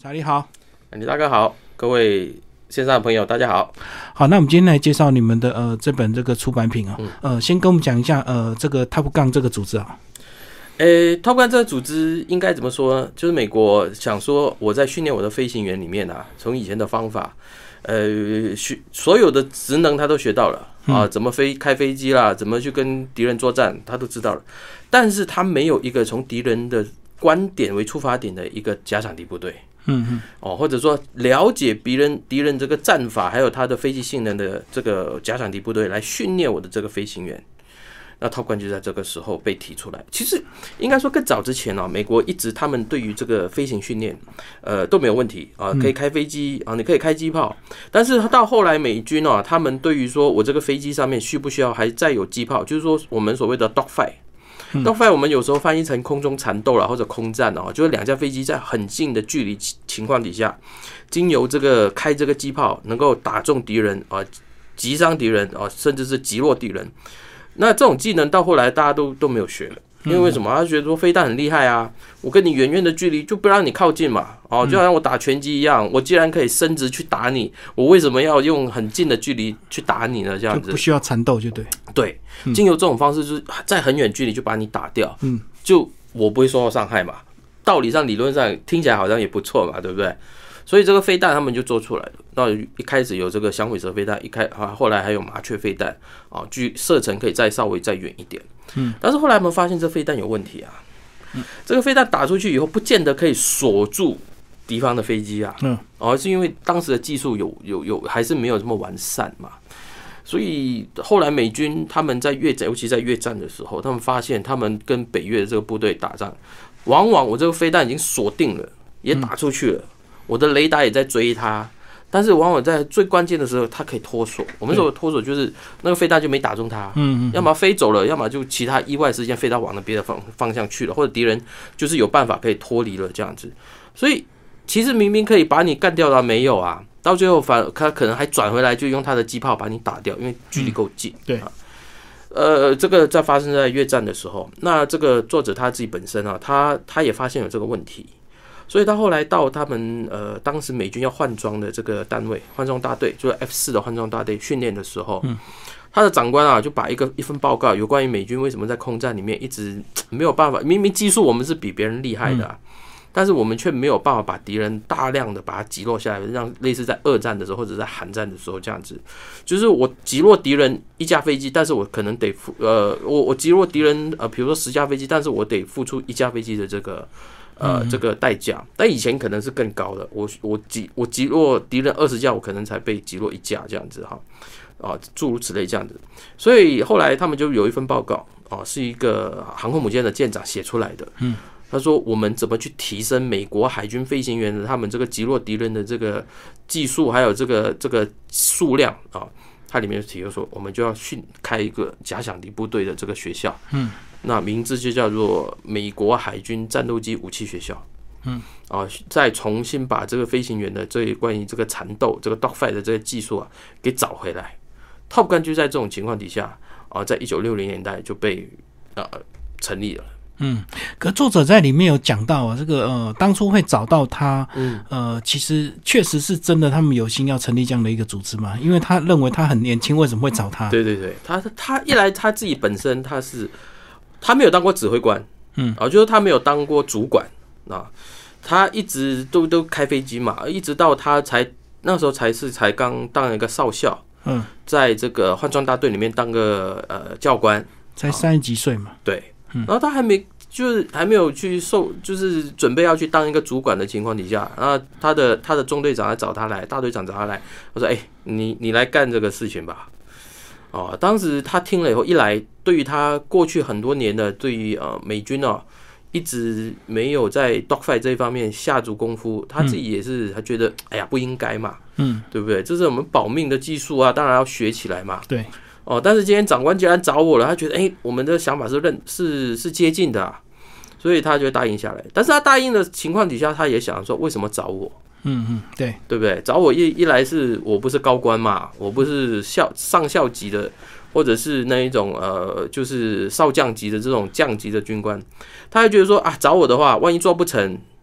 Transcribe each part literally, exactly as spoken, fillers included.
查理好， 你大哥好，各位线上的朋友大家好。 好，那我们今天来介绍你们的呃这本这个出版品啊、嗯，呃，先跟我们讲一下呃这个 Top Gun 这个组织啊。 诶 ，Top Gun 这个组织应该怎么说呢？就是美国想说我在训练我的飞行员里面啊，从以前的方法，呃，学所有的职能他都学到了啊，怎么飞开飞机啦，怎么去跟敌人作战，他都知道了。但是他没有一个从敌人的观点为出发点的一个假想敌部队。 嗯嗯， 哦，或者说了解敌人敌人这个战法，还有他的飞机性能的这个假想敌部队来训练我的这个飞行员。那 Top Gun 就在这个时候被提出来。其实应该说更早之前啊，美国一直他们对于这个飞行训练，呃都没有问题啊，可以开飞机啊，你可以开机炮。但是到后来美军啊，他们对于说我这个飞机上面需不需要还再有机炮，就是说我们所谓的 dogfight。dogfight 我们有时候翻译成空中缠斗啦，或者空战哦，就是两架飞机在很近的距离情况底下，经由这个开这个机炮，能够打中敌人啊，击伤敌人啊，甚至是击落敌人。那这种技能到后来大家都都没有学了，因为为什么？他觉得说飞弹很厉害啊，我跟你远远的距离就不让你靠近嘛，哦，就好像我打拳击一样，我既然可以伸直去打你，我为什么要用很近的距离去打你呢？这样子就不需要缠斗就对。 对，经由这种方式，就是在很远距离就把你打掉，嗯，就我不会受到伤害嘛。道理上、理论上听起来好像也不错嘛，对不对？所以这个飞弹他们就做出来了。那一开始有这个响尾蛇飞弹，一开啊，后来还有麻雀飞弹啊，距射程可以再稍微再远一点。嗯，但是后来我们发现这飞弹有问题啊。嗯，这个飞弹打出去以后，不见得可以锁住敌方的飞机啊。嗯，哦，是因为当时的技术有有有还是没有这么完善嘛。所以后来美军他们在越战，尤其在越战的时候，他们发现他们跟北越的这个部队打仗，往往我这个飞弹已经锁定了，也打出去了。嗯，我的雷达也在追它，但是往往在最关键的时候，它可以脱锁。我们说的脱锁就是那个飞弹就没打中它，嗯嗯，要么飞走了，要么就其他意外事件飞到往那别的方方向去了，或者敌人就是有办法可以脱离了这样子。所以其实明明可以把你干掉的没有啊，到最后反他可能还转回来，就用他的机炮把你打掉，因为距离够近。 对。 呃，这个在发生在越战的时候，那这个作者他自己本身啊，他他也发现有这个问题。所以他后来到他们呃当时美军要换装的这个单位换装大队，就是 F 四 的换装大队训练的时候，他的长官啊就把一个一份报告，有关于美军为什么在空战里面一直没有办法，明明技术我们是比别人厉害的啊，但是我们却没有办法把敌人大量的把它击落下来，让类似在二战的时候或者在韩战的时候这样子，就是我击落敌人一架飞机，但是我可能得付呃我我击落敌人呃比如说十架飞机，但是我得付出一架飞机的这个。呃，这个代价，但以前可能是更高的。我我击我击落敌人二十架，我可能才被击落一架这样子哈，啊，诸如此类这样子。所以后来他们就有一份报告啊，是一个航空母舰的舰长写出来的。嗯，他说我们怎么去提升美国海军飞行员的他们这个击落敌人的这个技术，还有这个这个数量啊。它里面提出说，我们就要训开一个假想敌部队的这个学校。嗯。那名字就叫做美国海军战斗机武器学校，嗯，啊，再重新把这个飞行员的这关于这个缠斗、这个 dogfight 的这个技术啊给找回来。Top Gun 就在这种情况底下啊，在一九六零年代就被呃成立了。 嗯，可作者在里面有讲到啊，这个呃，当初会找到他，嗯，呃，其实确实是真的，他们有心要成立这样的一个组织嘛，因为他认为他很年轻，为什么会找他？ 对对对，他他一来他自己本身他是。他没有当过指挥官，嗯，啊，就是他没有当过主管啊，他一直都都开飞机嘛，一直到他才那时候才是才刚当一个少校，嗯，在这个换装大队里面当个呃教官， 才三十几岁嘛， 对，然后他还没就是还没有去受，就是准备要去当一个主管的情况底下，然后他的他的中队长来找他来，大队长找他来，我说，哎、欸，你你来干这个事情吧。哦，当时他听了以后，一来对于他过去很多年的对于呃美军啊，一直没有在 dogfight 这一方面下足功夫，他自己也是他觉得哎呀不应该嘛，嗯，对不对？这是我们保命的技术啊，当然要学起来嘛。 对， 哦，但是今天长官既然找我了，他觉得哎，我们的想法是认是是接近的啊，所以他就答应下来。但是他答应的情况底下，他也想说为什么找我？ 嗯嗯，对， 对不对？找我一一来是我不是高官嘛，我不是校上校级的，或者是那一种呃，就是少将级的这种将级的军官，他就觉得说啊，找我的话，万一做不成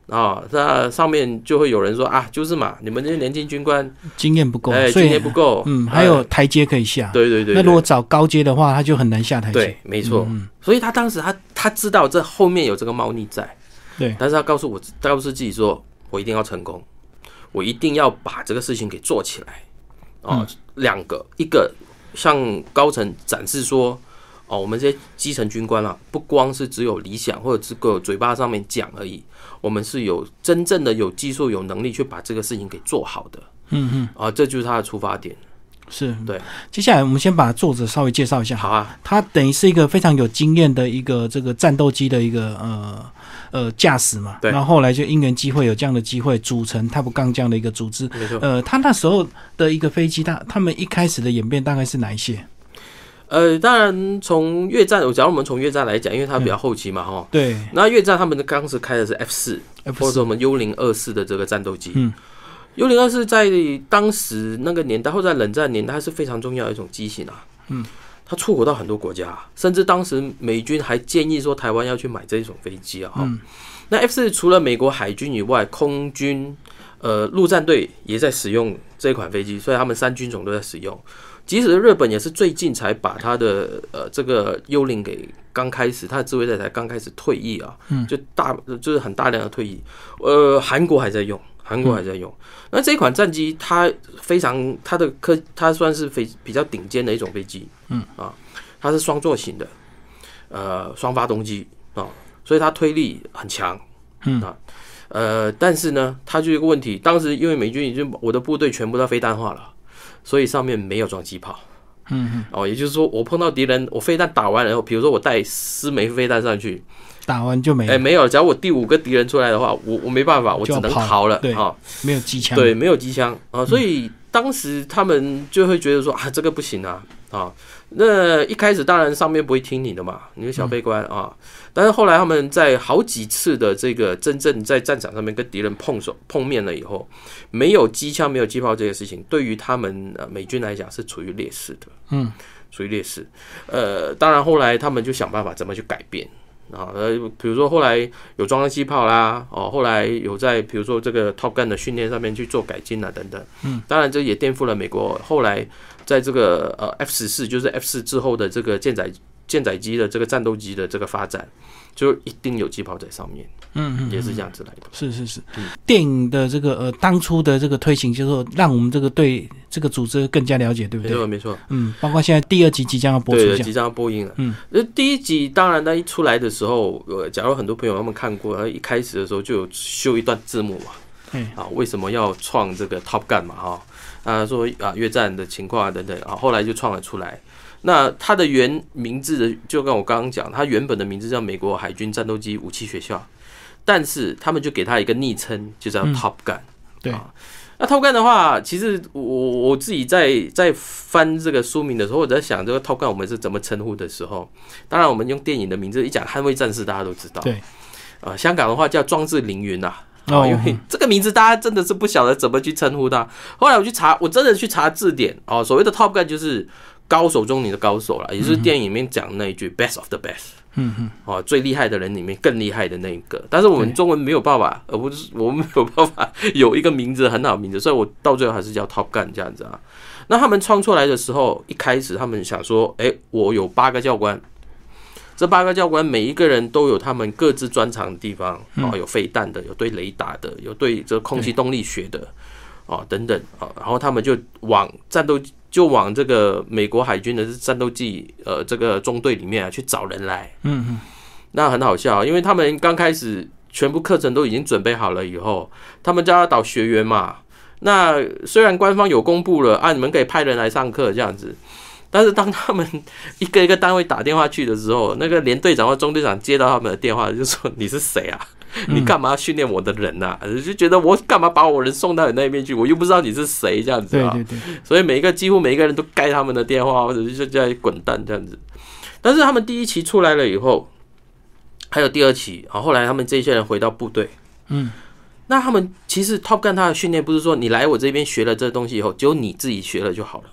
啊，那上面就会有人说啊，就是嘛，你们这些年轻军官经验不够， 哎，经验不够， 嗯，还有台阶可以下。 对对 对, 对。 那如果找高阶的话，他就很难下台阶。 对，没错。嗯、所以他当时他他知道这后面有这个猫腻在， 对。 但是他告诉我，他告诉自己说，我一定要成功，我一定要把这个事情给做起来。哦，两、嗯、个，一个向高层展示说。哦，我们这些基层军官啊，不光是只有理想或者这个嘴巴上面讲而已，我们是有真正的有技术、有能力去把这个事情给做好的。 嗯嗯， 啊，这就是他的出发点。 是， 对。 接下来我们先把作者稍微介绍一下。 好啊， 他等于是一个非常有经验的一个这个战斗机的一个呃呃驾驶嘛。 对。 然后后来就因缘机会有这样的机会组成 Top Gun 这样的一个组织。 没错。 呃，他那时候的一个飞机，他他们一开始的演变大概是哪一些？ 呃，当然从越战，假如我们从越战来讲，因为它比较后期嘛，哈、嗯。 对。 那越战他们当时开的是 F 四，或者我们幽灵二四的这个战斗机。 嗯。 幽灵二四在当时那个年代，或者在冷战年代，它是非常重要的一种机型啊。 嗯。 它出口到很多国家，甚至当时美军还建议说台湾要去买这种飞机啊。 嗯。 那 F 四除了美国海军以外，空军、呃陆战队也在使用这款飞机，所以他们三军种都在使用。即使日本也是最近才把他的呃这个幽灵给刚开始，他的自卫队才刚开始退役啊， 嗯， 就大就是很大量的退役。呃，韩国还在用，韩国还在用。嗯、那这款战机它非常它的科，它算是非比较顶尖的一种飞机， 嗯啊，它是双座型的，呃，双发动机啊，所以它推力很强， 嗯啊，呃，但是呢，它就有一个问题，当时因为美军已经我的部队全部都飞弹化了。所以上面没有装机炮， 嗯嗯， 哦，也就是说，我碰到敌人，我飞弹打完了以后，比如说我带四枚飞弹上去， 打完就没了， 哎、欸，没有。假如我第五个敌人出来的话，我我没办法，我只能逃了， 对， 哦、 没有机枪， 对，没有机枪啊，所以当时他们就会觉得说啊，这个不行啊，啊，那一开始当然上面不会听你的嘛，你是小飞官啊，但是后来他们在好几次的这个真正在战场上面跟敌人碰手碰面了以后，没有机枪没有机炮这个事情，对于他们呃美军来讲是处于劣势的， 嗯， 处于劣势。呃，当然后来他们就想办法怎么去改变。啊，呃，比如说后来有装了机炮啦，哦，后来有在比如说这个 Top Gun 的训练上面去做改进啊，等等。 嗯， 当然这也颠覆了美国后来在这个呃 F 十四就是 F 四之后的这个舰载舰载机的这个战斗机的这个发展，就一定有机炮在上面。 嗯 嗯, 嗯， 也是这样子来的。 是是是， 嗯、 电影的这个呃当初的这个推行，就是说让我们这个对这个组织更加了解，对不对？ 没错没错。 嗯，包括现在第二集即将要播出， 对，即将要播映了。 嗯， 那第一集当然呢一出来的时候，呃，假如很多朋友他们看过，然后一开始的时候就有秀一段字幕嘛。 嗯、 啊，为什么要创这个 Top Gun 嘛？哈，啊说啊越战的情况啊等等啊，后来就创了出来。那它的原名字的，就跟我刚刚讲，它原本的名字叫美国海军战斗机武器学校。但是他们就给他一个昵称，就叫 Top Gun、嗯。 对、 啊，那 Top Gun 的话，其实我我自己在在翻这个书名的时候，我在想这个 Top Gun 我们是怎么称呼的时候，当然我们用电影的名字一讲，捍卫战士大家都知道。 对， 啊，香港的话叫壮志凌云呐、啊， 哦， 因为这个名字大家真的是不晓得怎么去称呼它。后来我去查，我真的去查字典哦，所谓的 Top Gun 就是高手中你的高手啦，也就是电影里面讲的那一句、嗯、Best of the best。 嗯嗯， 哦，最厉害的人里面更厉害的那一个，但是我们中文没有办法，而不是我们没有办法有一个名字很好的名字，所以我到最后还是叫 Top Gun 这样子啊。那他们创出来的时候，一开始他们想说，哎、欸，我有八个教官，这八个教官每一个人都有他们各自专长的地方，哦，有飞弹的，有对雷达的，有对这空气动力学的，哦，等等啊，然后他们就往战斗。就往这个美国海军的战斗机呃这个中队里面啊去找人来， 嗯嗯， 那很好笑，因为他们刚开始全部课程都已经准备好了以后，他们就要找学员嘛。那虽然官方有公布了啊，你们可以派人来上课这样子，但是当他们一个一个单位打电话去的时候，那个连队长或中队长接到他们的电话就说：“你是谁啊？你干嘛训练我的人啊？”就觉得我干嘛把我人送到你那边去？我又不知道你是谁这样子啊。 对对对。 所以每一个几乎每一个人都盖他们的电话，或者是就在滚蛋这样子。但是他们第一期出来了以后，还有第二期啊，后来他们这些人回到部队， 嗯， 那他们其实 Top Gun 他的训练不是说你来我这边学了这东西以后，只有你自己学了就好了。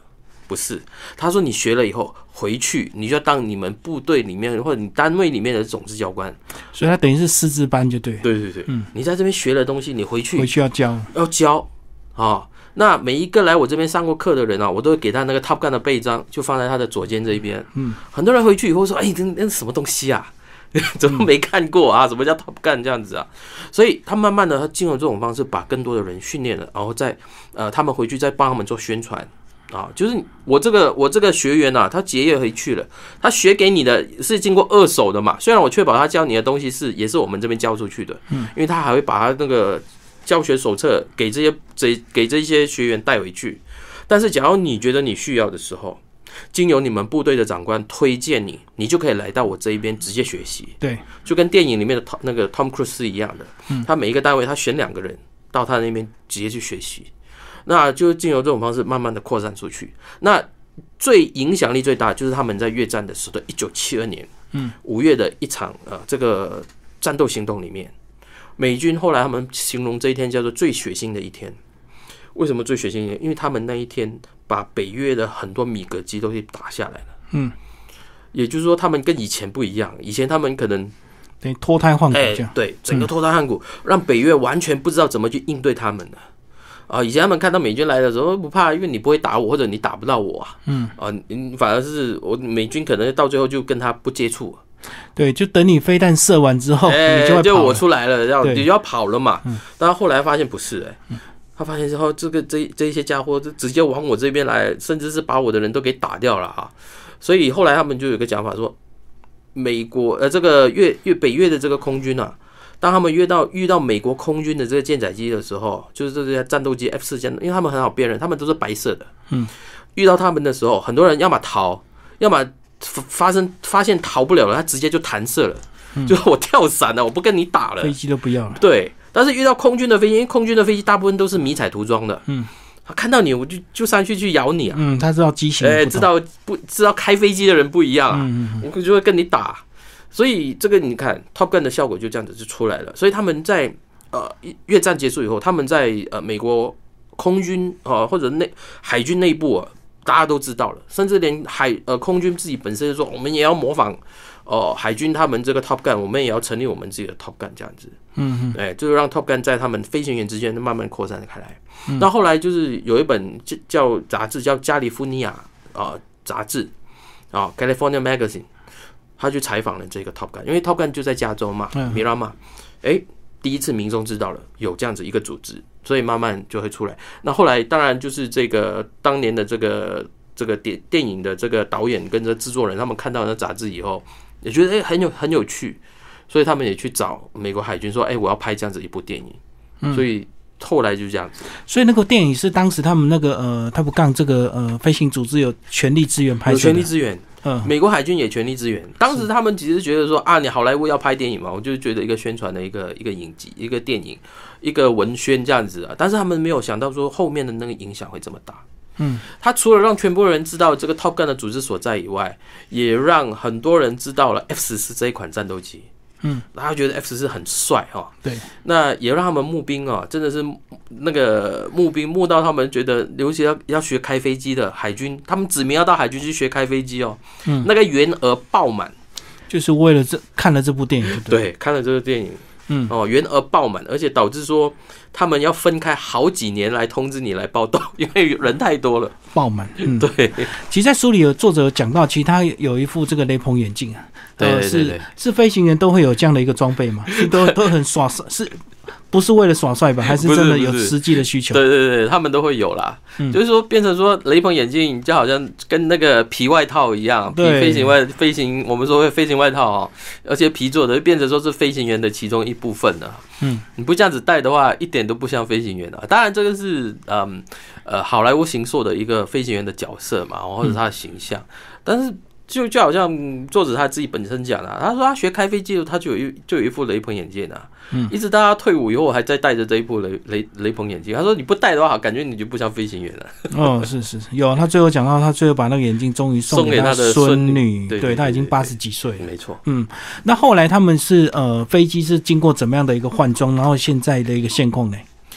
不是，他说你学了以后回去，你就要当你们部队里面或者你单位里面的种子教官， 所以他等于是师资班就对。 对对对，嗯，你在这边学的东西，你回去回去要教， 要教啊、哦。那每一个来我这边上过课的人啊，我都会给他那个 Top Gun 的背章，就放在他的左肩这一边。嗯，很多人回去以后说：“哎，这那是什么东西啊？怎么没看过啊？什么叫 Top Gun 这样子啊？”所以他慢慢的，他经由这种方式，把更多的人训练了，然后再呃，他们回去再帮他们做宣传。啊，就是我这个我这个学员啊，他结业回去了，他学给你的是经过二手的嘛。虽然我确保他教你的东西是也是我们这边教出去的，嗯，因为他还会把他那个教学手册给这些这给这些学员带回去。但是，假如你觉得你需要的时候，经由你们部队的长官推荐你，你就可以来到我这一边直接学习。 对， 就跟电影里面的那个 Tom Cruise 一样的，嗯，他每一个单位他选两个人到他那边直接去学习。那就经由这种方式慢慢的扩散出去。那最影响力最大就是他们在越战的时候，一九七二年五月的一场呃这个战斗行动里面，美军后来他们形容这一天叫做最血腥的一天。为什么最血腥一天？因为他们那一天把北越的很多米格机都给打下来了。嗯，也就是说他们跟以前不一样，以前他们可能对脱胎换骨这样、 欸，对，整个脱胎换骨，嗯、让北越完全不知道怎么去应对他们了。啊，以前他们看到美军来的时候不怕，因为你不会打我，或者你打不到我啊。嗯，啊，你反而是我美军可能到最后就跟他不接触。 对，就等你飞弹射完之后，欸、你就会跑了， 就我出来了，要你就要跑了嘛。嗯、但后来发现不是、欸，哎、嗯，他发现之后，这个这这一些家伙就直接往我这边来，甚至是把我的人都给打掉了哈。所以后来他们就有个讲法说，美国呃这个越越北越的这个空军啊。当他们遇到遇到美国空军的这个舰载机的时候，就是这些战斗机 F 四 舰，因为他们很好辨认，他们都是白色的。嗯，遇到他们的时候，很多人要么逃，要么发生发现逃不了了，他直接就弹射了，嗯、就是我跳伞了，我不跟你打了， 飞机都不要了。 对，但是遇到空军的飞机，因为空军的飞机大部分都是迷彩涂装的。嗯，他看到你，我就就上去去咬你啊。 嗯，他知道机型， 哎、欸，知道不知道开飞机的人不一样啊，嗯嗯嗯我就会跟你打。所以这个你看 Top Gun 的效果就这样子就出来了。所以他们在呃越战结束以后，他们在呃美国空军啊、呃、或者内海军内部啊，大家都知道了，甚至连海呃空军自己本身就说，我们也要模仿哦、呃、海军他们这个 Top Gun， 我们也要成立我们自己的 Top Gun 这样子。嗯嗯，哎，就是让 Top Gun 在他们飞行员之间慢慢扩散开来。嗯、那后来就是有一本叫杂志叫加利福尼亚啊、呃、杂志啊、呃、California Magazine。他去采访了这个 Top Gun， 因为 Top Gun 就在加州嘛，米拉嘛，哎，第一次民众知道了有这样子一个组织，所以慢慢就会出来。那后来当然就是这个当年的这个这个电电影的这个导演跟这制作人，他们看到那杂志以后，也觉得哎很有很有趣，所以他们也去找美国海军说，哎，我要拍这样子一部电影，嗯、所以。后来就这样子， 所以那个电影是当时他们那个呃 Top Gun 这个呃飞行组织有全力支援拍摄的， 有全力支援，嗯，美国海军也全力支援。当时他们其实觉得说啊，你好莱坞要拍电影嘛，我就觉得一个宣传的一个一个影集、一个电影、一个文宣这样子啊。但是他们没有想到说后面的那个影响会这么大。嗯，他除了让全部人知道这个 Top Gun 的组织所在以外，也让很多人知道了 F 十四 这一款战斗机。嗯，他觉得 F 十四 很帅哈、哦， 对， 那也让他们募兵啊、哦，真的是那个募兵募到他们觉得，尤其要要学开飞机的海军，他们指明要到海军去学开飞机哦，嗯，那个员额爆满， 就是为了这看了这部电影就对， 对，看了这个电影，嗯，哦，员额爆满，而且导致说他们要分开好几年来通知你来报到，因为人太多了， 爆满，嗯， 对。 其实，在书里有作者有讲到，其实他有一副这个雷朋眼镜啊。 对对对对是是飞行员都会有这样的一个装备嘛？是都都很耍帅，是不是为了耍帅吧？还是真的有实际的需求？ 对对对，他们都会有啦。嗯、就是说，变成说雷朋眼镜就好像跟那个皮外套一样，皮飞行外飞行，我们说飞行外套哦，而且皮做的，变成说是飞行员的其中一部分了。嗯，你不这样子戴的话，一点都不像飞行员啊。当然，这个是嗯呃好莱坞形塑的一个飞行员的角色嘛，或者他的形象，嗯、但是。就就好像作者他自己本身讲的、啊，他说他学开飞机的时候，他就有一就有一副雷朋眼镜啊，嗯，一直到他退伍以后，还在戴着这一副雷雷雷朋眼镜。他说你不戴的话，感觉你就不像飞行员了。 哦，是是有，他最后讲到，他最后把那个眼镜终于送给他的孙女，对，他已经八十几岁了， 没错。 嗯，那后来他们是呃飞机是经过怎么样的一个换装，然后现在的一个现况呢？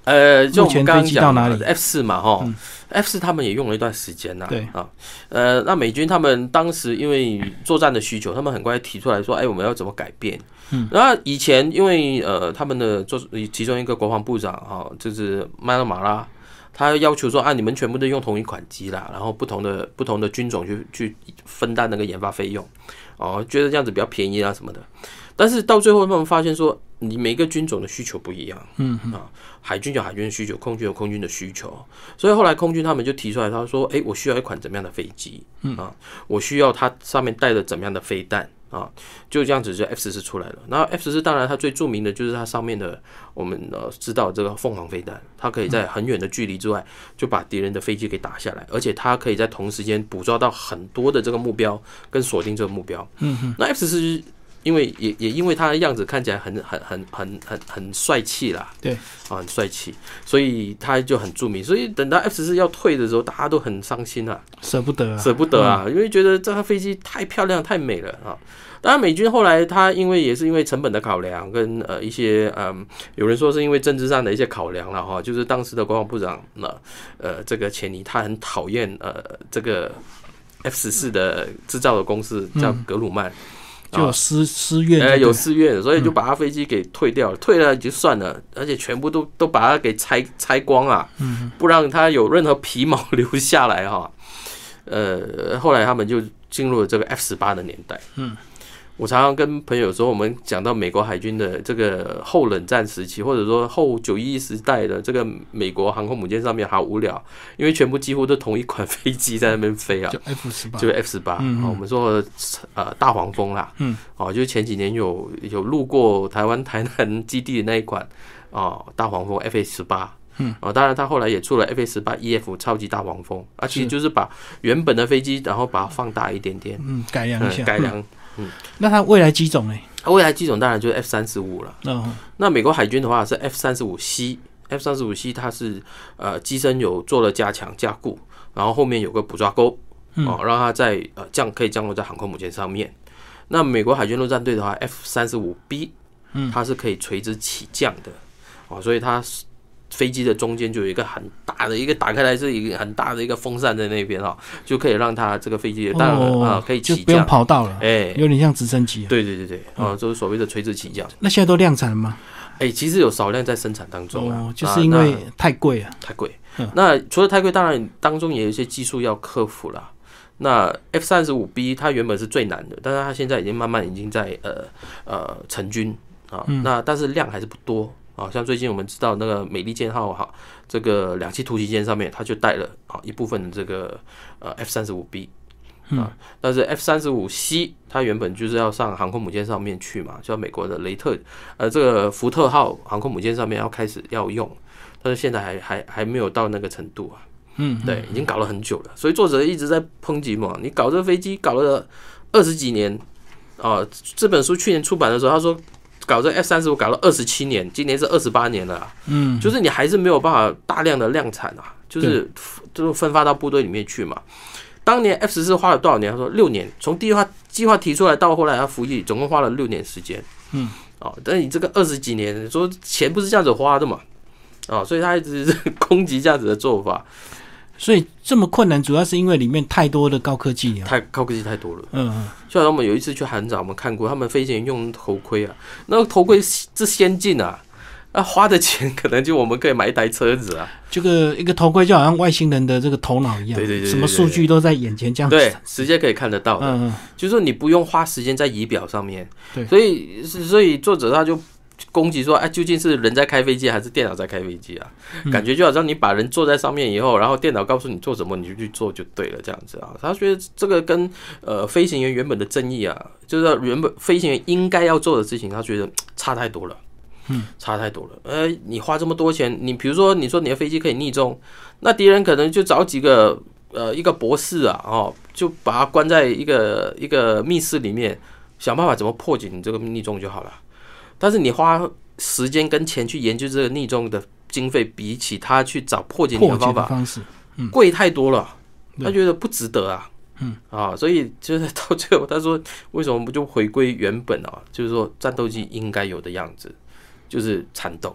呃，就我们刚刚讲到哪里 F 四嘛，哈、嗯、，F 四他们也用了一段时间呐， 对啊，呃，那美军他们当时因为作战的需求，他们很快提出来说，哎，我们要怎么改变？嗯，然后以前因为呃，他们的做其中一个国防部长哈、哦，就是麦纳马拉。他要求说啊，你们全部都用同一款机啦，然后不同的不同的军种去去分担那个研发费用，哦，觉得这样子比较便宜啊什么的。但是到最后，他们发现说，你每个军种的需求不一样，嗯啊，海军有海军的需求，空军有空军的需求，所以后来空军他们就提出来，他说，哎、欸，我需要一款怎么样的飞机，嗯啊，我需要它上面带着怎么样的飞弹。啊，就这样子就 F 十四出来了。然后 F 十四当然它最著名的就是它上面的，我们呃知道这个凤凰飞弹，它可以在很远的距离之外就把敌人的飞机给打下来，而且它可以在同时间捕捉到很多的这个目标跟锁定这个目标。嗯哼，那 F 十四因为也也因为它的样子看起来很很很很很很帅气啦， 对， 啊很帅气，所以它就很著名。所以等到 F 十四要退的时候，大家都很伤心啊， 舍不得啊， 舍不得啊，嗯、因为觉得这架飞机太漂亮太美了啊。当然，美军后来他因为也是因为成本的考量，跟呃一些嗯，有人说是因为政治上的一些考量了哈，就是当时的国防部长那呃这个钱尼他很讨厌呃这个 F 十四的制造的公司叫格鲁曼， 嗯、就有私私怨， 呃有私怨，所以就把他飞机给退掉了，嗯、退了也就算了，而且全部都都把它给拆拆光啊，嗯、不让它有任何皮毛留下来哈。呃，后来他们就进入了这个 F 十八的年代，嗯。我常常跟朋友说，我们讲到美国海军的这个后冷战时期，或者说后九一一时代的这个美国航空母舰上面好无聊，因为全部几乎都同一款飞机在那边飞啊， 就 F 十八， 就是 F 十八、嗯嗯。我们说呃大黄蜂啦，嗯，哦，就是前几年有有路过台湾台南基地的那一款哦大黄蜂 F A 十八。嗯，哦，当然，它后来也出了 F A 十八 E F 超级大黄蜂，啊，其实就是把原本的飞机，然后把它放大一点点， 嗯，改良一下， 嗯、改良。 嗯，那它未来机种呢？ 未来机种当然就是 F 三十五了。嗯，那美国海军的话是 F 三十五 C，F 三十五 C 它是呃机身有做了加强加固，然后后面有个捕抓钩，哦，让它在呃降可以降落在航空母舰上面。那美国海军陆战队的话 ，F 三十五 B， 它是可以垂直起降的，哦，所以它飞机的中间就有一个很大的一个打开来是一个很大的一个风扇在那边哈，就可以让它这个飞机当然啊、哦呃、可以起降， 就不用跑道了， 哎、欸， 有点像直升机、啊。 对对对对，啊、嗯，就是所谓的垂直起降。 那现在都量产了吗？ 哎、欸，其实有少量在生产当中啊， 哦、就是因为太贵了， 太贵。嗯、那除了太贵，当然当中也有一些技术要克服啦。那 F 三十五 B 它原本是最难的，但是它现在已经慢慢已经在呃呃成军啊、嗯，那但是量还是不多。啊，像最近我们知道那个美利坚号哈，这个两栖突击舰上面，它就带了啊一部分的这个呃 F 三十五 B 啊，但是 F 三十五 C 它原本就是要上航空母舰上面去嘛，叫美国的雷特呃这个福特号航空母舰上面要开始要用，但是现在还还还没有到那个程度啊。嗯，对，已经搞了很久了，所以作者一直在抨击嘛，你搞这个飞机搞了二十几年啊，这本书去年出版的时候，他说。搞这 F 三十五搞了二十七年，今年是二十八年了、啊，嗯，就是你还是没有办法大量的量产啊，就是就是分发到部队里面去嘛。当年 F 十四花了多少年？他说六年，从第一话计划提出来到后来他服役，总共花了六年时间，嗯，哦，但是你这个二十几年，说钱不是这样子花的嘛，哦，所以他一直是攻击这样子的做法。 所以这么困难，主要是因为里面太多的高科技啊， 太高科技太多了。嗯嗯，就好像我们有一次去韩展，我们看过他们飞行员用头盔啊，那个头盔之先进啊，啊花的钱可能就我们可以买一台车子啊。 这个一个头盔就好像外星人的这个头脑一样， 对对 对, 对, 对, 对， 什么数据都在眼前这样子， 对，直接可以看得到的。嗯嗯，就是说你不用花时间在仪表上面。 对， 所以所以作者他就。攻击说，哎，究竟是人在开飞机还是电脑在开飞机啊？嗯、感觉就好像你把人坐在上面以后，然后电脑告诉你做什么，你就去做就对了，这样子啊。他觉得这个跟呃飞行员原本的正义啊，就是原本飞行员应该要做的事情，他觉得差太多了，嗯，差太多了。呃，你花这么多钱，你比如说你说你的飞机可以逆中，那敌人可能就找几个呃一个博士啊，哦，就把他关在一个一个密室里面，想办法怎么破解你这个逆中就好了。但是你花时间跟钱去研究这个逆中的经费，比起他去找破解你的方法方式，嗯， 贵太多了。他觉得不值得啊，嗯啊，所以就是到最后他说，为什么不就回归原本啊？就是说战斗机应该有的样子，就是缠斗，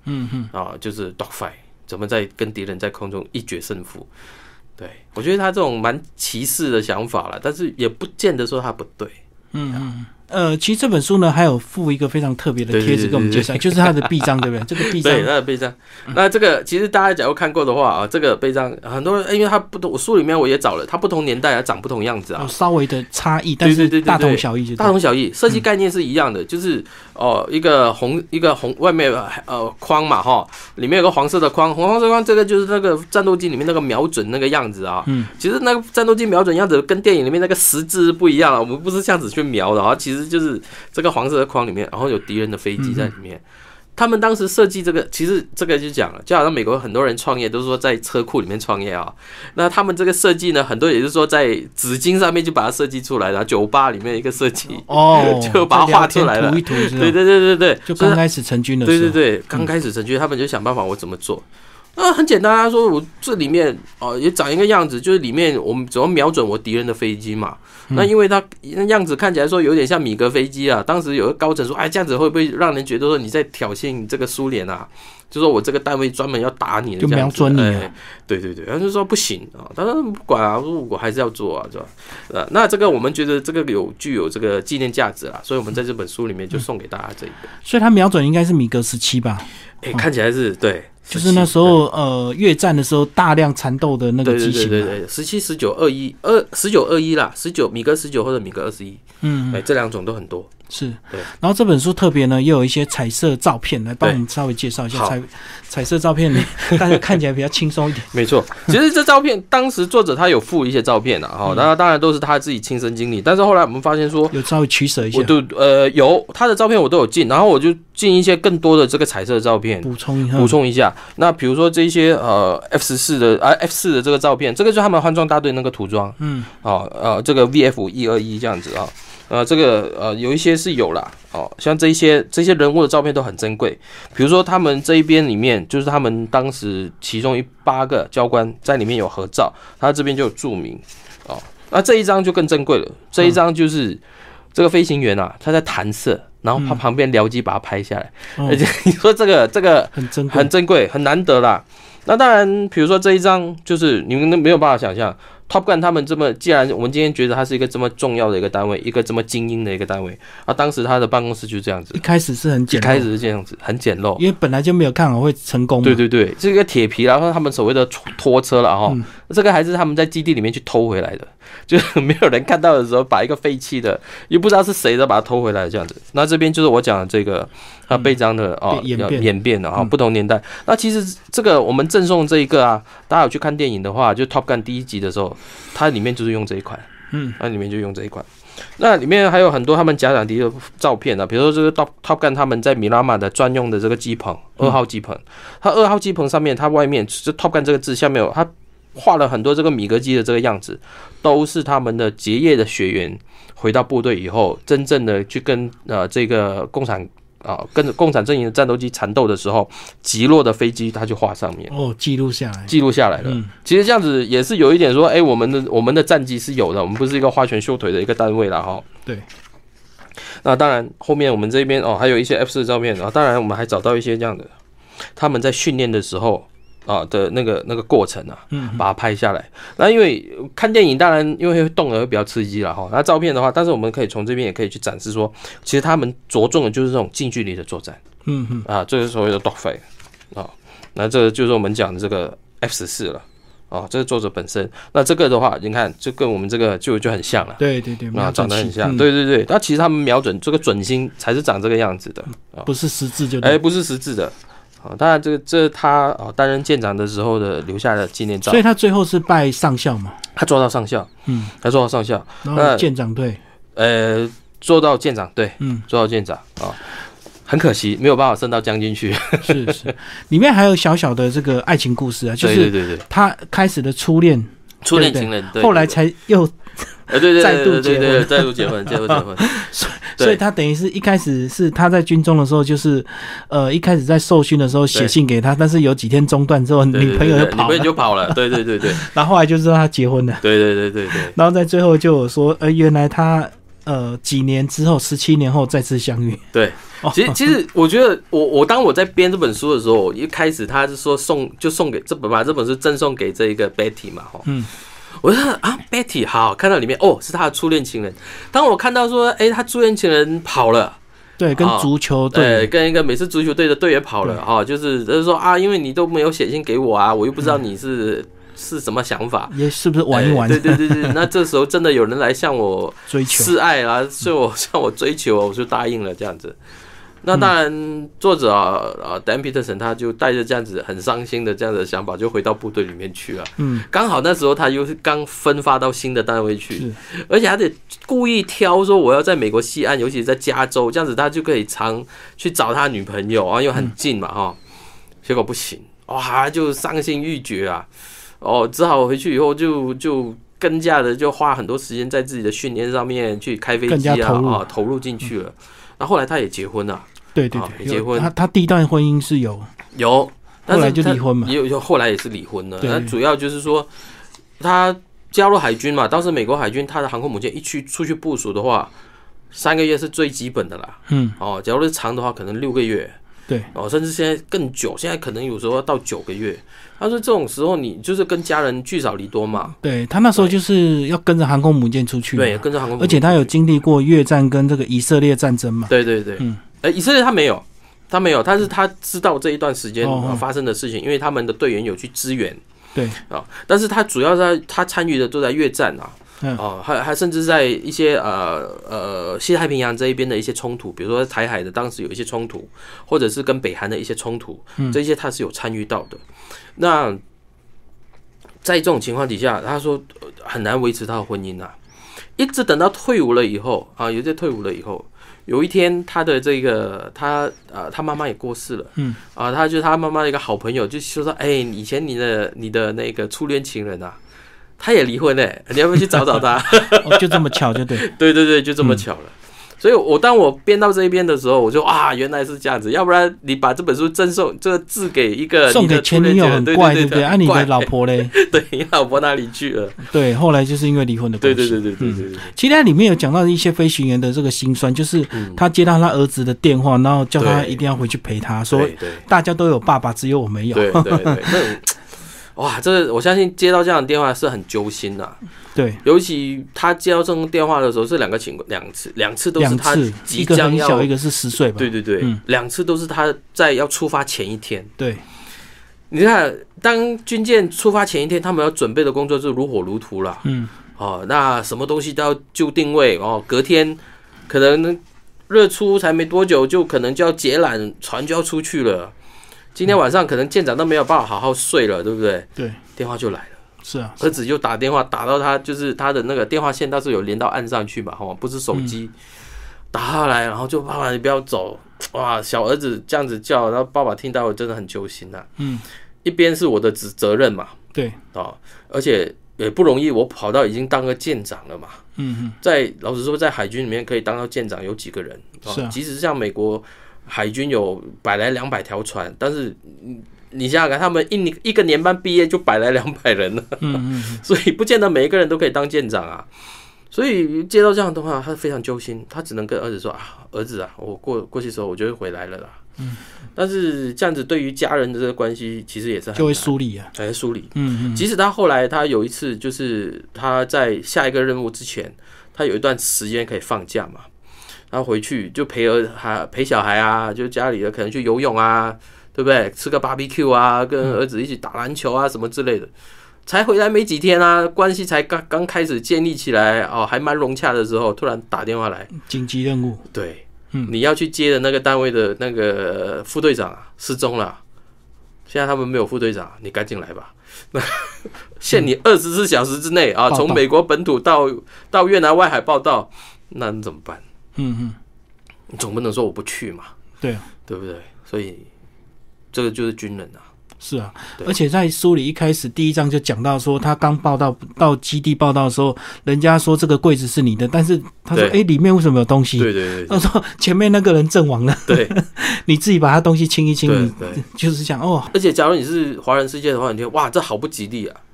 嗯嗯， 啊，就是 dogfight， 怎么在跟敌人在空中一决胜负。对，我觉得他这种蛮歧视的想法啦，但是也不见得说他不对。 嗯嗯，呃，其实这本书呢还有附一个非常特别的贴纸跟我们介绍，就是它的臂章，对不对？这个臂章， 对，它的臂章。那这个其实大家假如看过的话啊，这个臂章很多人，因为它不同，我书里面我也找了，它不同年代啊长不同样子啊， 有稍微的差异，但是大同小异， 大同小异，设计概念是一样的，嗯、就是哦、呃、一个红一个红外面呃框嘛哈，里面有个黄色的框，红黄色框这个就是那个战斗机里面那个瞄准那个样子啊。嗯，其实那个战斗机瞄准样子跟电影里面那个十字不一样啊，我们不是这样子去瞄的啊，其实就是这个黄色的框里面，然后有敌人的飞机在里面。嗯，他们当时设计这个，其实这个就讲了，就好像美国很多人创业都是说在车库里面创业啊。那他们这个设计呢，很多也是说在纸巾上面就把它设计出来了，酒吧里面一个设计哦，就把它画出来了。 涂一涂， 对对对对对， 就刚开始成军的时候， 对对对，刚开始成军，他们就想办法我怎么做。那很简单啊，说我这里面哦也长一个样子，就是里面我们怎么瞄准我敌人的飞机嘛。嗯、那因为它那样子看起来说有点像米格飞机啊，当时有个高层说，哎，这样子会不会让人觉得说你在挑衅这个苏联啊？就说我这个单位专门要打你的， 就瞄准你、啊哎。对对对，他就说不行啊，他说不管啊，我还是要做啊，是吧？呃，那这个我们觉得这个有具有这个纪念价值啦，所以我们在这本书里面就送给大家这一个。 所以他瞄准应该是米格十七吧？ 哎、欸，看起来是对。 就是那时候，呃，越战的时候大量缠斗的那个机型， 对对对对，十七、十九、二一、二十九、二一啦，十九米格十九或者米格二十一，嗯，哎、欸，这两种都很多。 是，对。然后这本书特别呢，也有一些彩色照片，来帮我们稍微介绍一下彩彩色照片，大家看起来比较轻松一点。 没错，其实这照片当时作者他有附一些照片啊，哈、嗯，当然当然都是他自己亲身经历，但是后来我们发现说有稍微取舍一下， 我都呃有他的照片我都有进，然后我就进一些更多的这个彩色的照片， 补充一下， 补充一下。那比如说这些呃 F 十四的啊 F 四的这个照片，这个就是他们换装大队那个涂装，嗯，哦呃这个 V F 一二一这样子啊。呃，这个呃有一些是有啦，哦，像这一些这些人物的照片都很珍贵。比如说他们这一边里面，就是他们当时其中一八个教官在里面有合照，他这边就有注明哦。那这一张就更珍贵了，这一张就是这个飞行员啊，他在弹射，然后他旁边僚机把它拍下来，嗯、而且你说这个这个很珍贵， 很珍贵，很难得啦。那当然，比如说这一张，就是你们没有办法想象。Top Gun 他们这么，既然我们今天觉得它是一个这么重要的一个单位，一个这么精英的一个单位，啊，当时他的办公室就是这样子， 一开始是很简陋， 一开始是这样子，很简陋， 因为本来就没有看好会成功嘛。 对对对，这个铁皮，然后他们所谓的拖车了哈、嗯，这个还是他们在基地里面去偷回来的，就是没有人看到的时候，把一个废弃的，又不知道是谁的把它偷回来这样子。那这边就是我讲的这个啊背章的哦演变演变的啊，不同年代。那其实这个我们赠送这一个啊，大家有去看电影的话，就 Top Gun 第一集的时候，它里面就是用这一款，嗯，那里面就用这一款。那里面还有很多他们假想敌的照片啊，比如说这个 Top Top Gun 他们在米拉玛的专用的这个机棚，二号机棚，它二号机棚上面，它外面这 Top Gun 这个字下面有它画了很多这个米格机的这个样子，都是他们的结业的学员回到部队以后，真正的去跟呃这个共产。啊，跟着共产阵营的战斗机缠斗的时候，击落的飞机，它就画上面哦，记录下来， 记录下来了。嗯，其实这样子也是有一点说，哎、欸，我们的我们的战绩是有的，我们不是一个花拳绣腿的一个单位啦哈。 对。 那当然，后面我们这边哦，还有一些 F 四的照片啊，当然我们还找到一些这样的，他们在训练的时候。啊的那个那个过程啊，把它拍下来。那因为看电影，当然因为会动的会比较刺激啦哈。那照片的话，但是我们可以从这边也可以去展示说，其实他们着重的就是这种近距离的作战。嗯嗯啊，这是所谓的 dogfight 啊。那这个就是我们讲的这个 F 十四了啊。这是作者本身。那这个的话，你看就跟我们这个就就很像了。 对对对， 啊，长得很像。嗯、对对对，那其实他们瞄准这个准星才是长这个样子的，啊、 不是十字就对。 哎、欸，不是十字的。啊，当然，这个这是他啊担任舰长的时候的留下的纪念照。 所以他最后是拜上校嘛？ 他做到上校，嗯，他做到上校， 然后舰长队， 呃，做到舰长队，嗯，做到舰长啊，很可惜没有办法升到将军去。 是是，里面还有小小的这个爱情故事啊，就是对对对对， 他开始的初恋， 初恋情人，对对对， 后来才又。 呃，对对再度结婚， 再度结婚，再度结婚。 所以他等于是一开始是他在军中的时候，就是呃一开始在受训的时候写信给他，但是有几天中断之后，女朋友就跑了， 女朋友就跑了。对对对对。 然后后来就知道他结婚了。 对对对对对。 然后在最后就有说，呃，原来他呃几年之后，十七年后再次相遇。 对，其实其实我觉得我我当我在编这本书的时候，一开始他是说送就送给这本把这本书赠送给这一个 Betty 嘛，嗯。我就看啊 ，Betty 好，看到里面哦，是他的初恋情人。当我看到说，哎、欸，他初恋情人跑了， 对，跟足球队、 呃，跟一个美式足球队的队员跑了哈、哦，就是就是说啊，因为你都没有写信给我啊，我又不知道你是、嗯、是什么想法， 也是不是玩一玩？ 欸、对对对对，那这时候真的有人来向我追求示爱啊，向我向我追求，我就答应了这样子。那当然，作者啊啊 Dan Peterson 他就带着这样子很伤心的这样的想法，就回到部队里面去了。嗯，刚好那时候他又是刚分发到新的单位去，而且他得故意挑说我要在美国西岸，尤其是在加州，这样子他就可以常去找他女朋友啊，因为很近嘛哈、嗯。结果不行，哇，就伤心欲绝啊！哦，只好回去以后就就更加的就花很多时间在自己的训练上面，去开飞机啊啊投入进去了。那、嗯、后来他也结婚了。 对对对， 结婚。 他他第一段婚姻是有有， 后来就离婚嘛， 有有后来也是离婚了。那主要就是说，他加入海军嘛，当时美国海军他的航空母舰一去出去部署的话，三个月是最基本的啦。嗯，哦，假如是长的话，可能六个月。 对， 哦，甚至现在更久，现在可能有时候要到九个月。他说这种时候你就是跟家人聚少离多嘛。 对，他那时候就是要跟着航空母舰出去， 对，跟着航空母舰， 而且他有经历过越战跟这个以色列战争嘛。 对对对，嗯。呃，以色列他没有，他没有，但是他知道这一段时间发生的事情，因为他们的队员有去支援， 对啊，但是他主要在他参与的都在越战啊，哦，还还甚至在一些呃呃西太平洋这一边的一些冲突，比如说台海的当时有一些冲突，或者是跟北韩的一些冲突，这些他是有参与到的。那在这种情况底下，他说很难维持他的婚姻啊，一直等到退伍了以后啊，有些退伍了以后。有一天，他的这个他呃，他妈妈也过世了，嗯啊，他就是他妈妈的一个好朋友，就说说，哎、欸，以前你的你的那个初恋情人啊，他也离婚嘞、欸，你要不要去找找他？ 哦，就这么巧，就对， 对对对，就这么巧了。嗯、所以我当我编到这一边的时候，我就啊，原来是这样子，要不然你把这本书赠送这个字给一个送给前女友很怪，对不对？啊，你的老婆嘞？ 对，你老婆哪里去了？ 对，后来就是因为离婚的关系。 对对对对对对对。 其实它里面有讲到一些飞行员的这个辛酸，就是他接到他儿子的电话，然后叫他一定要回去陪他，说大家都有爸爸，只有我没有。 对对对，那种哇，这我相信接到这样的电话是很揪心呐、啊。 对， 尤其他接到这种电话的时候是两个情况，两次，两次都是他即将要， 一个很小，一个是十岁吧。 对对对，两、嗯、次都是他在要出发前一天。 对， 你看，当军舰出发前一天，他们要准备的工作就如火如荼了。嗯，哦，那什么东西都要就定位哦，隔天可能热出才没多久，就可能就要解缆，船就要出去了。今天晚上可能舰长都没有办法好好睡了，对不对？ 对，电话就来了。 是啊， 儿子就打电话打到他，就是他的那个电话线，倒是有连到岸上去嘛，哈，不是手机、嗯、打下来，然后就爸爸你不要走，哇，小儿子这样子叫，然后爸爸听到我真的很揪心呐、啊。嗯，一边是我的责责任嘛， 对啊，而且也不容易，我跑到已经当个舰长了嘛。嗯嗯，在老实说，在海军里面可以当到舰长有几个人？ 是啊， 即使像美国海军有百来两百条船，但是你想想看，他们一年一个年班毕业就百来两百人了，嗯嗯，所以不见得每一个人都可以当舰长啊。所以接到这样的话，他非常揪心，他只能跟儿子说啊，儿子啊，我过过去的时候我就会回来了啦。嗯，但是这样子对于家人的这个关系，其实也是很就会疏离啊， 哎，疏离。嗯嗯，即使他后来他有一次，就是他在下一个任务之前，他有一段时间可以放假嘛，然后回去就陪儿孩陪小孩啊，就家里的可能去游泳啊。对不对？吃个 barbecue 啊，跟儿子一起打篮球啊，什么之类的。才回来没几天啊，关系才刚刚开始建立起来哦，还蛮融洽的时候，突然打电话来，紧急任务。对，嗯，你要去接的那个单位的那个副队长啊，失踪了。现在他们没有副队长，你赶紧来吧。限你二十四小时之内啊，从美国本土到到越南外海报到，那你怎么办？嗯嗯，你总不能说我不去嘛？对啊，对不对？所以。这个就是军人啊， 是啊，而且在书里一开始第一章就讲到说，他刚报到到基地报道的时候，人家说这个柜子是你的，但是他说，哎、欸，里面为什么有东西？ 对对 对, 对， 他说前面那个人阵亡了，对，你自己把他东西清一清， 对对， 就是讲哦。 而且假如你是华人世界的话，你觉得哇，这好不吉利啊。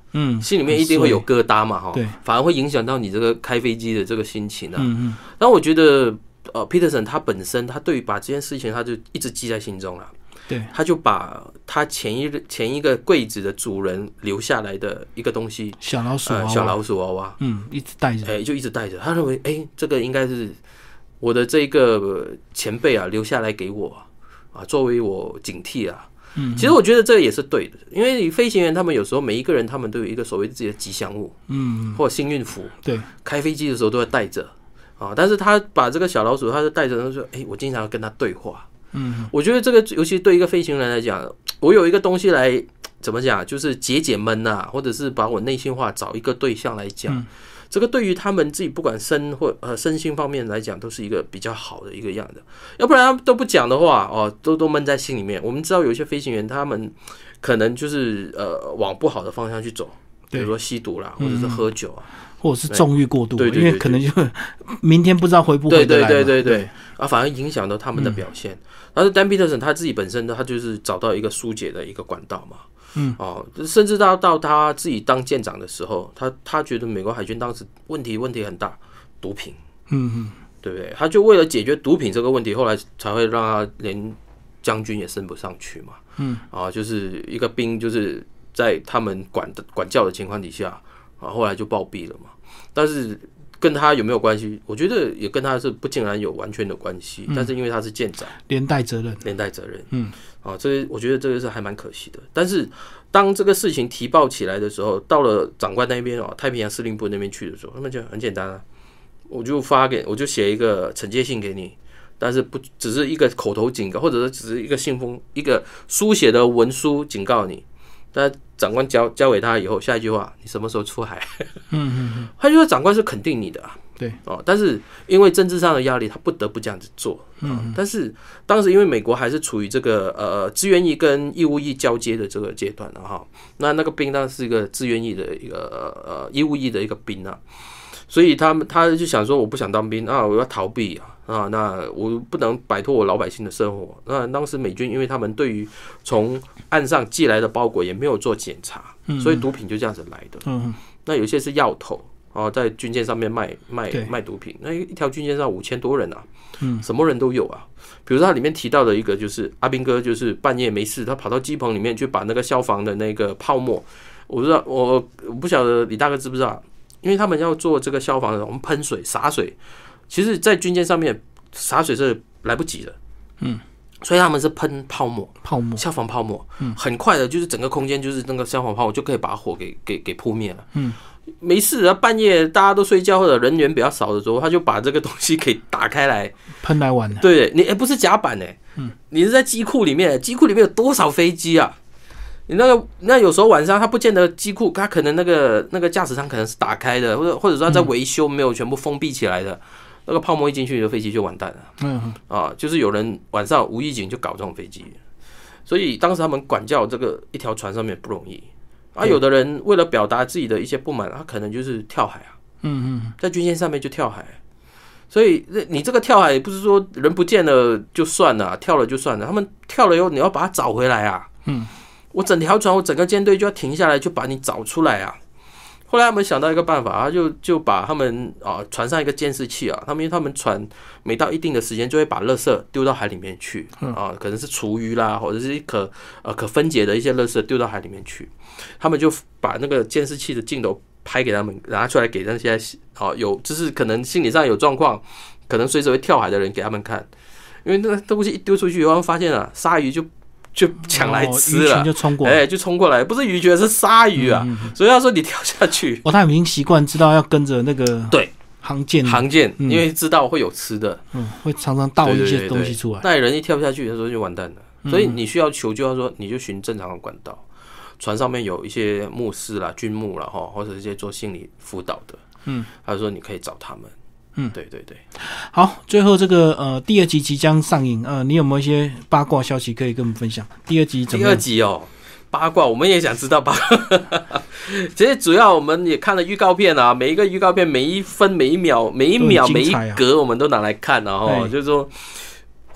嗯， 心里面一定会有疙瘩嘛，哈， 对， 反而会影响到你这个开飞机的这个心情啊。 嗯嗯， 但我觉得，呃，Peterson 他本身他对于把这件事情他就一直记在心中了。 对， 他就把他前一前一个柜子的主人留下来的一个东西， 小老鼠娃娃， 呃、小老鼠娃娃， 嗯，一直带着， 哎、欸，就一直带着。他认为，哎、欸，这个应该是我的这个前辈啊留下来给我啊，作为我警惕啊。嗯，其实我觉得这个也是对的，因为飞行员他们有时候每一个人他们都有一个所谓自己的吉祥物，嗯，或者幸运符， 对， 开飞机的时候都会带着啊。但是他把这个小老鼠，他就带着，他说，哎、欸，我经常要跟他对话。嗯，我觉得这个尤其对一个飞行员来讲，我有一个东西来怎么讲，就是解解闷呐，或者是把我内心话找一个对象来讲，嗯、这个对于他们自己不管身或呃身心方面来讲，都是一个比较好的一个样的。要不然他们都不讲的话，哦，都都闷在心里面。我们知道有一些飞行员，他们可能就是呃往不好的方向去走，比如说吸毒啦，或者是喝酒啊。嗯， 或者是纵欲过度， 对对对对， 因为可能就明天不知道回不回得来嘛， 对对对对对啊，反而影响到他们的表现。嗯、但是 Dan Peterson 他自己本身他就是找到一个疏解的一个管道嘛，嗯，哦，甚至到到他自己当舰长的时候，他他觉得美国海军当时问题问题很大，毒品，嗯嗯，对不对？他就为了解决毒品这个问题，后来才会让他连将军也升不上去嘛，嗯，啊，就是一个兵就是在他们管的管教的情况底下。啊，后来就暴毙了嘛。但是跟他有没有关系？我觉得也跟他是不尽然有完全的关系。嗯、但是因为他是舰长， 连带责任， 连带责任。嗯，啊，这个我觉得这个是还蛮可惜的。但是当这个事情提报起来的时候，到了长官那边哦，太平洋司令部那边去的时候，他们就很简单啊，我就发给，我就写一个惩戒信给你。但是不只是一个口头警告，或者是只是一个信封、一个书写的文书警告你。但长官交交给他以后，下一句话，你什么时候出海？嗯嗯嗯，他就说长官是肯定你的、啊， 对哦。但是因为政治上的压力，他不得不这样子做。嗯，但是当时因为美国还是处于这个呃志愿役跟义务役交接的这个阶段的哈，那那个兵当然是一个志愿役的一个呃义务役的一个兵啊。所以他们他就想说，我不想当兵啊，我要逃避啊啊，那我不能摆脱我老百姓的生活。那当时美军因为他们对于从岸上寄来的包裹也没有做检查，嗯、所以毒品就这样子来的。嗯、那有些是药头啊，在军舰上面卖卖卖毒品，那一条军舰上五千多人啊，嗯、什么人都有啊。比如说它里面提到的一个就是阿兵哥，就是半夜没事，他跑到机棚里面去把那个消防的那个泡沫，我不知道我我不晓得李大哥知不知道。因为他们要做这个消防的，我们喷水洒水，其实在军舰上面洒水是来不及的，嗯，所以他们是喷泡沫， 泡沫消防泡沫，嗯，很快的，就是整个空间就是那个消防泡沫就可以把火给给给扑灭了，嗯，没事啊，半夜大家都睡觉或者人员比较少的时候，他就把这个东西给打开来喷来玩的， 对你哎、欸、不是甲板哎、欸，嗯，你是在机库里面，机库里面有多少飞机啊？你那个那有时候晚上他不见得机库，他可能那个那个驾驶舱可能是打开的，或者或者说他在维修没有全部封闭起来的，嗯、那个泡沫一进去，的飞机就完蛋了。嗯啊，就是有人晚上无意间就搞这种飞机，所以当时他们管教这个一条船上面不容易啊。有的人为了表达自己的一些不满，他可能就是跳海啊。嗯嗯，在军舰上面就跳海。所以你这个跳海不是说人不见了就算了，跳了就算了，他们跳了以后你要把它找回来啊。嗯。我整条船，我整个舰队就要停下来，就把你找出来啊！后来他们想到一个办法，他就就把他们啊船上一个监视器啊，他们因为他们船每到一定的时间就会把垃圾丢到海里面去啊，可能是厨余啦，或者是可呃可分解的一些垃圾丢到海里面去，他们就把那个监视器的镜头拍给他们，拿出来给那些啊有就是可能心理上有状况，可能随时会跳海的人给他们看，因为那个东西一丢出去以后，他们发现啊鲨鱼就。就抢来吃了， 哦、就冲过来， 哎、欸，就冲过来，不是鱼群，是鲨鱼啊！嗯嗯、所以他说你跳下去， 哦，他已经习惯知道要跟着那个对航舰， 航舰，因为知道会有吃的， 嗯，会常常倒一些东西出来。 那人一跳下去的时候就完蛋了，嗯、所以你需要求救，他说你就循正常的管道，船上面有一些牧师啦、军牧啦，哈，或者一些做心理辅导的，嗯，他说你可以找他们。嗯，对对对， 好，最后这个呃第二集即将上映，呃，你有没有一些八卦消息可以跟我们分享？第二集怎么样？ 第二集哦，八卦我们也想知道八卦。其实主要我们也看了预告片啊，每一个预告片每一分每一秒每一秒每一格我们都拿来看啊，哈，就是说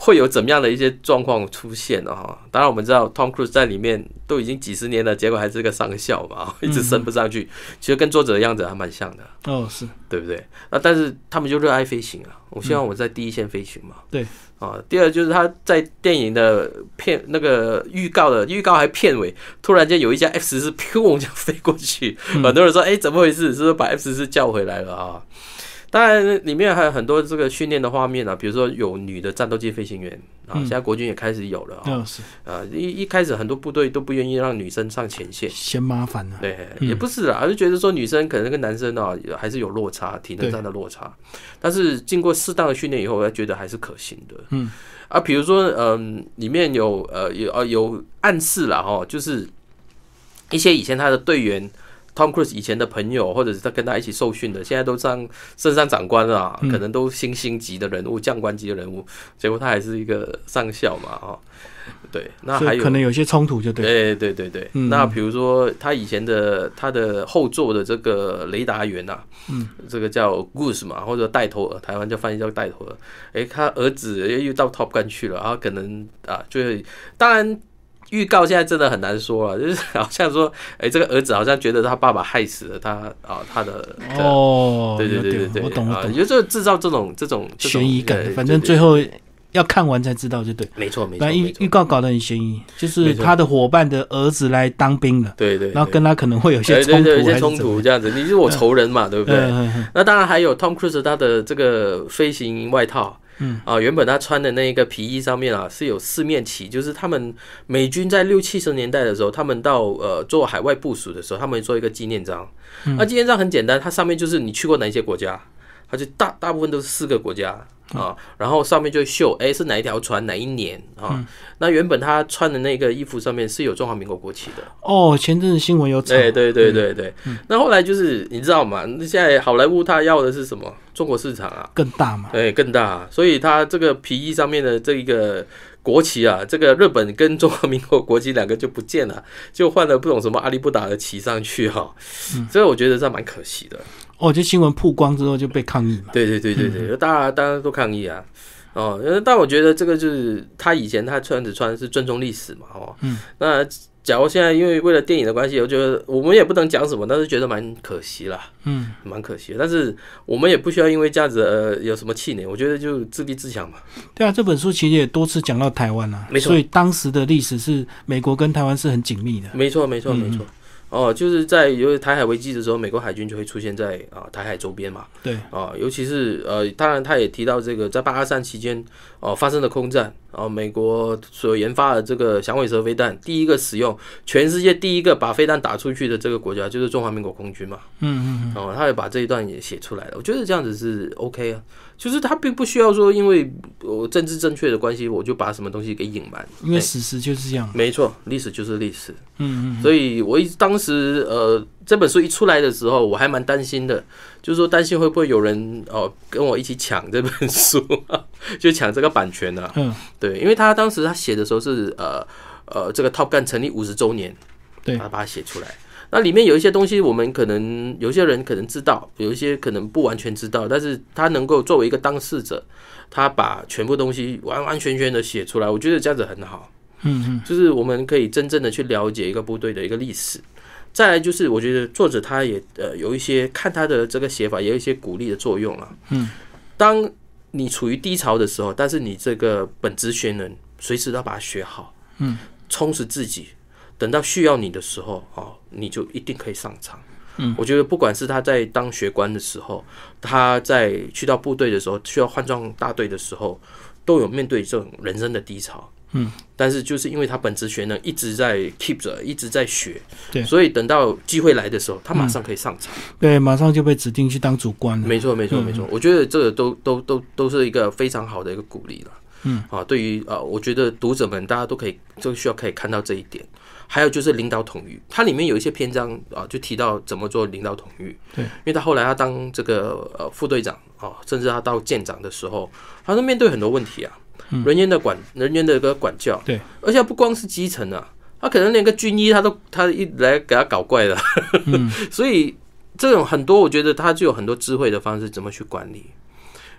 会有怎么样的一些状况出现的哈。当然我们知道 Tom Cruise 在里面都已经几十年了，结果还是个上校嘛，一直升不上去，其实跟作者的样子还蛮像的。 哦，是对不对？那但是他们就热爱飞行啊，我希望我在第一线飞行嘛。 对啊，第二就是他在电影的片那个预告的预告还片尾，突然间有一架 F 十四砰就飞过去，很多人说哎、欸、怎么回事？是不是把 F 十四叫回来了啊？当然，里面还有很多这个训练的画面啊，比如说有女的战斗机飞行员啊，现在国军也开始有了啊。 嗯、是啊，一一开始很多部队都不愿意让女生上前线， 嫌麻烦了。 对，也不是啦，而是觉得说女生可能跟男生啊还是有落差，体能上的落差。但是经过适当的训练以后，我觉得还是可行的。嗯，啊，比如说，嗯，里面有呃有呃有暗示啦哈，就是一些以前他的队员。Tom Cruise 以前的朋友，或者是他跟他一起受训的，现在都上升上长官了、啊嗯，可能都星星级的人物、将官级的人物，结果他还是一个上校嘛，哦，对，那还有可能有些冲突就对， 对对对对、嗯。那比如说他以前的他的后座的这个雷达员啊，嗯，这个叫 Goose 嘛，或者带头儿，台湾就翻译叫带头儿。哎，他儿子又到 Top Gun 去了，然后可能啊，就当然。预告现在真的很难说了，就是好像说，哎、欸，这个儿子好像觉得他爸爸害死了他啊，他的哦， 对对对对对， 我懂我懂， 也就是制造这种这种悬疑感，反正最后要看完才知道就对， 没错没错， 预预告搞得很悬疑，就是他的伙伴的儿子来当兵了， 对 对, 对， 然后跟他可能会有些冲突， 有些冲突这样子，你是我仇人嘛，对不对？ 嗯、 那当然还有 Tom Cruise 他的这个飞行外套。嗯啊，原本他穿的那个皮衣上面啊是有四面旗，就是他们美军在六七十年代的时候，他们到呃做海外部署的时候，他们做一个纪念章。嗯、那纪念章很简单，它上面就是你去过哪些国家，它就大大部分都是四个国家啊，然后上面就秀哎、欸、是哪一条船哪一年啊、嗯。那原本他穿的那个衣服上面是有中华民国国旗的。 哦，前阵子新闻有炒。 对对对对对。嗯、那后来就是你知道吗？现在好莱坞他要的是什么？中国市场啊， 更大嘛？ 对，更大、啊。所以他这个皮衣上面的这个国旗啊，这个日本跟中华民国国旗两个就不见了，就换了不懂什么阿里不达的旗上去哈、哦。嗯，所以我觉得这蛮可惜的。 哦，这新闻曝光之后就被抗议嘛？ 对对对对对，嗯、大家大家都抗议啊。哦，但我觉得这个就是他以前他穿着穿是尊重历史嘛，哦，嗯，那假如现在因为为了电影的关系，我觉得我们也不能讲什么，但是觉得蛮可惜啦，嗯，蛮可惜的。但是我们也不需要因为这样子呃有什么气馁，我觉得就自立自强嘛。 对啊，这本书其实也多次讲到台湾啊，没错，所以当时的历史是美国跟台湾是很紧密的， 没错没错没错。哦，就是在有台海危机的时候，美国海军就会出现在啊台海周边嘛。对啊，尤其是呃，当然他也提到这个在八二三期间哦、呃、发生的空战，啊，美国所研发的这个响尾蛇飞弹，第一个使用，全世界第一个把飞弹打出去的这个国家就是中华民国空军嘛。嗯嗯嗯。哦，他也把这一段也写出来了，我觉得这样子是 OK 啊。就是他并不需要说，因为我政治正确的关系，我就把什么东西给隐瞒。 因为史实就是这样。 没错，历史就是历史。嗯嗯。所以我一当时呃这本书一出来的时候，我还蛮担心的，就是说担心会不会有人哦跟我一起抢这本书，就抢这个版权啊。嗯。对，因为他当时他写的时候是呃呃这个 Top Gun 成立五十周年，对，他把它写出来。那里面有一些东西，我们可能有些人可能知道，有一些可能不完全知道，但是他能够作为一个当事者，他把全部东西完完全全的写出来，我觉得这样子很好。嗯嗯，就是我们可以真正的去了解一个部队的一个历史。再来就是，我觉得作者他也呃有一些看他的这个写法，也有一些鼓励的作用啊。嗯，当你处于低潮的时候，但是你这个本职学能随时要把它学好，嗯，充实自己。等到需要你的时候，哦，你就一定可以上场。嗯，我觉得不管是他在当学官的时候，他在去到部队的时候，需要换装大队的时候，都有面对这种人生的低潮。嗯，但是就是因为他本职学能一直在 keep 着，一直在学，对，所以等到机会来的时候，他马上可以上场。嗯、 对，马上就被指定去当主官了。 没错，没错，没错。我觉得这个都都都都是一个非常好的一个鼓励了。嗯，啊，对于啊，我觉得读者们大家都可以，就需要可以看到这一点。还有就是领导统御，它里面有一些篇章啊，就提到怎么做领导统御。对，因为他后来他当这个呃副队长啊，甚至他到舰长的时候，他都面对很多问题啊，嗯、人员的管人员的一个管教。对，而且不光是基层啊，他可能连个军医他都他一来给他搞怪了。嗯、所以这种很多，我觉得他就有很多智慧的方式怎么去管理。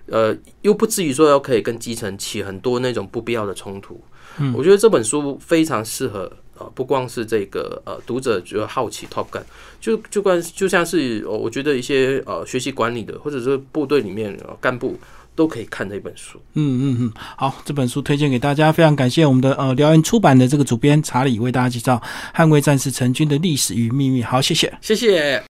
呃，又不至于说要可以跟基层起很多那种不必要的冲突。 嗯， 我觉得这本书非常适合。呃，不光是这个呃读者就好奇 Top Gun， 就就关就像是、呃、我觉得一些呃学习管理的或者是部队里面、呃、干部都可以看的一本书。 嗯嗯嗯，好，这本书推荐给大家，非常感谢我们的呃燎原出版的这个主编查理为大家介绍《捍卫战士成军的历史与秘密》。好，谢谢， 谢谢。